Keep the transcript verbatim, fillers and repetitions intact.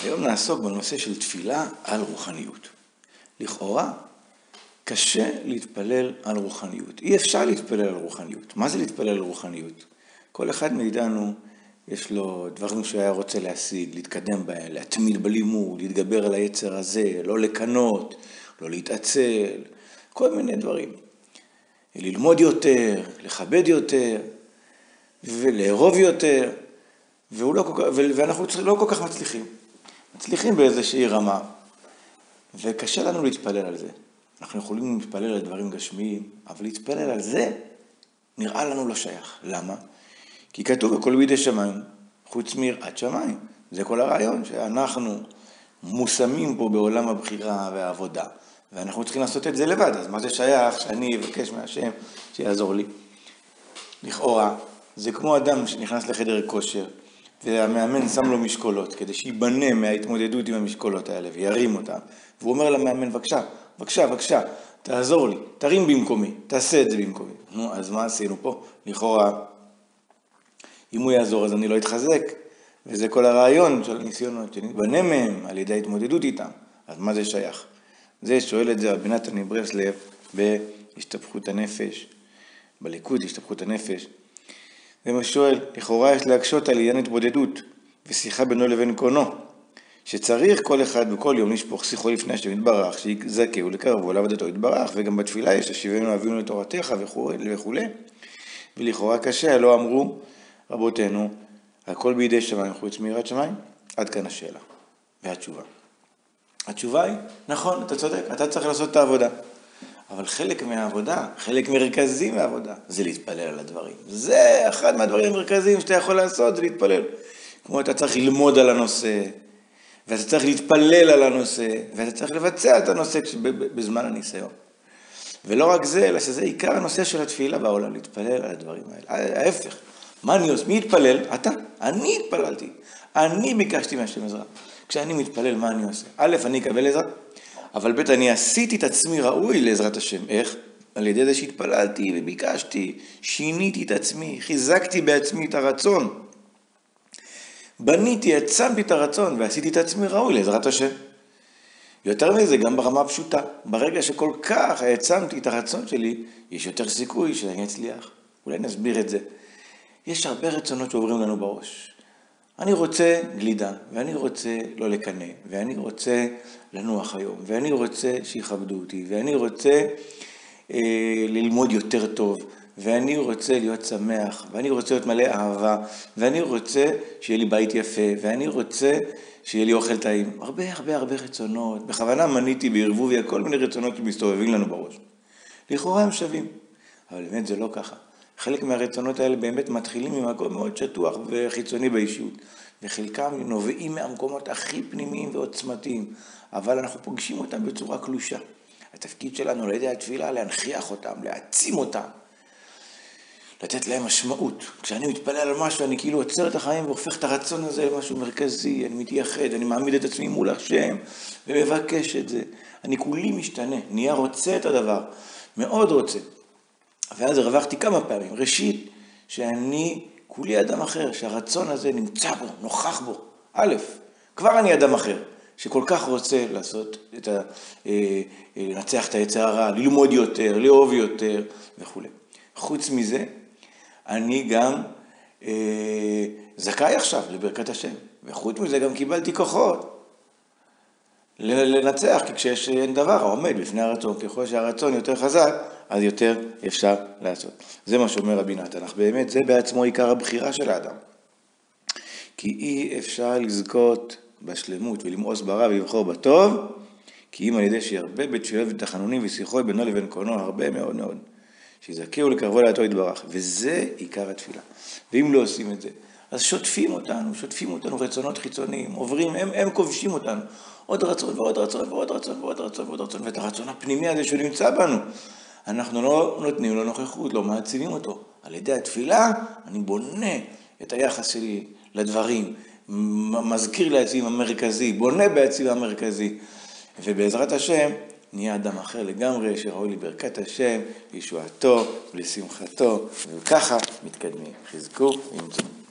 היום נעסוק בנושא של תפילה על רוחניות. לכאורה, קשה להתפלל על רוחניות. אי אפשר להתפלל על רוחניות. מה זה להתפלל על רוחניות? כל אחד מאיתנו יש לו דברים שהוא היה רוצה להשיג, להתקדם בהם, להתמיד בלימוד, להתגבר על היצר הזה, לא לקנות, לא להתעצל, כל מיני דברים. ללמוד יותר, לכבד יותר, ולאהוב יותר, והוא לא כל כך, ואנחנו לא כל כך מצליחים. מצליחים באיזושהי רמה, וקשה לנו להתפלל על זה. אנחנו יכולים להתפלל על דברים גשמיים, אבל להתפלל על זה נראה לנו לא שייך. למה? כי כתוב בכל בידי שמיים, חוץ מיראת שמיים. זה כל הרעיון, שאנחנו מושמים פה בעולם הבחירה והעבודה, ואנחנו צריכים לעשות את זה לבד. אז מה זה שייך שאני אבקש מהשם שיעזור לי? לכאורה, זה כמו אדם שנכנס לחדר כושר, והמאמן שם לו משקולות, כדי שיבנה מההתמודדות עם המשקולות האלה, וירים אותם. והוא אומר למאמן, בבקשה, בבקשה, בבקשה, תעזור לי, תרים במקומי, תעשה את זה במקומי. נו, אז מה עשינו פה? לכאורה, אם הוא יעזור, אז אני לא אתחזק, וזה כל הרעיון של הניסיונות, שנתבנה מהם על ידי ההתמודדות איתם. אז מה זה שייך? זה שואל את זה רבי נתן מברסלב בהשתפכות הנפש, בליכוד השתפכות הנפש. ומה שואל, לכאורה יש להקשות על עניין התבודדות ושיחה בינו לבין קונו, שצריך כל אחד בכל יום לשפוך שיחו לפני השם יתברך, שיזכהו לקרבו לעבודתו יתברך, וגם בתפילה יש השיבנו אבינו לתורתך וכו' וכו'. ולכאורה קשה, לא אמרו רבותינו, הכל בידי שמיים חוץ מיראת שמיים. עד כאן השאלה. והתשובה. התשובה היא, נכון, אתה צודק, אתה צריך לעשות את העבודה. אבל חלק מהעבודה, חלק מרכזי מהעבודה, זה להתפלל על הדברים. זה אחד מהדברים המרכזיים שאתה יכול לעשות, זה להתפלל. כמו אתה צריך ללמוד על הנושא, ואתה צריך להתפלל על הנושא, ואתה צריך לבצע את הנושא בזמן הניסיון. ולא רק זה, אלא שזה עיקר הנושא של התפילה בעולם, להתפלל על הדברים האלה. ההפך, מה אני עושה? מי התפלל? אתה. אני התפללתי. אני ביקשתי מהשם עזרה. כשאני מתפלל, מה אני עושה? א', אני אקבל עזרה. אבל ב' אני עשיתי את עצמי ראוי לעזרת השם. איך? על ידי זה שהתפללתי וביקשתי, שיניתי את עצמי, חיזקתי בעצמי את הרצון. בניתי, עצמתי את הרצון ועשיתי את עצמי ראוי לעזרת השם. יותר מזה, גם ברמה הפשוטה. ברגע שכל כך העצמתי את הרצון שלי, יש יותר סיכוי שאני אצליח. אולי נסביר את זה. יש הרבה רצונות שעוברים לנו בראש. אני רוצה גלידה, ואני רוצה לא לקנא, ואני רוצה לנוח היום, ואני רוצה שיכבדו אותי, ואני רוצה אה, ללמוד יותר טוב, ואני רוצה להיות שמח, ואני רוצה להיות מלא אהבה, ואני רוצה שיהיה לי בית יפה, ואני רוצה שיהיה לי אוכל טעים. הרבה הרבה הרבה רצונות, בכוונה מניתי בערבוביה כל מיני רצונות שמסתובבים לנו בראש. לכאורה הם שווים, אבל באמת זה לא ככה. חלק מהרצונות האלה באמת מתחילים ממקום מאוד שטוח וחיצוני באישיות, וחלקם נובעים מהמקומות הכי פנימיים ועוצמתיים, אבל אנחנו פוגשים אותם בצורה קלושה. התפקיד שלנו על ידי התפילה להנכיח אותם, להעצים אותם, לתת להם משמעות. כשאני מתפלל על משהו, אני כאילו עוצר את החיים והופך את הרצון הזה למשהו מרכזי, אני מתייחד, אני מעמיד את עצמי מול השם ומבקש את זה. אני כולי משתנה, נהיה רוצה את הדבר, מאוד רוצה. ואז הרווחתי כמה פעמים. ראשית, שאני כולי אדם אחר, שהרצון הזה נמצא בו, נוכח בו. א', כבר אני אדם אחר, שכל כך רוצה לעשות את ה... לנצח את היצר הרע, ללמוד יותר, לאהוב יותר וכו'. חוץ מזה, אני גם אה, זכאי עכשיו לברכת השם. וחוץ מזה גם קיבלתי כוחות לנצח, כי כשיש אין דבר העומד בפני הרצון, ככל שהרצון יותר חזק, אז יותר אפשר לעשות. זה מה שאומר רבי נתן, אך באמת זה בעצמו עיקר הבחירה של האדם. כי אי אפשר לזכות בשלמות ולמאוס ברע ולבחור בטוב, כי אם על ידי שירבה בתפילות ותחנונים ושיחוי בינו לבין קונו הרבה מאוד מאוד, שיזכהו לקרבו לעתו יתברך, וזה עיקר התפילה. ואם לא עושים את זה, אז שוטפים אותנו, שוטפים אותנו רצונות חיצוניים, עוברים, הם, הם כובשים אותנו. עוד רצון ועוד רצון ועוד רצון ועוד רצון ועוד רצון, ואת הרצון הפנימי הזה שהוא נמצא בנו, אנחנו לא נותנים לו נוכחות, לא מעצימים אותו. על ידי התפילה אני בונה את היחס שלי לדברים, מזכיר לעצמי המרכזי, בונה בעצמי המרכזי, ובעזרת השם נהיה אדם אחר לגמרי, שראוי לי ברכת השם, לישועתו ולשמחתו, וככה מתקדמים. חזקו וימצאו.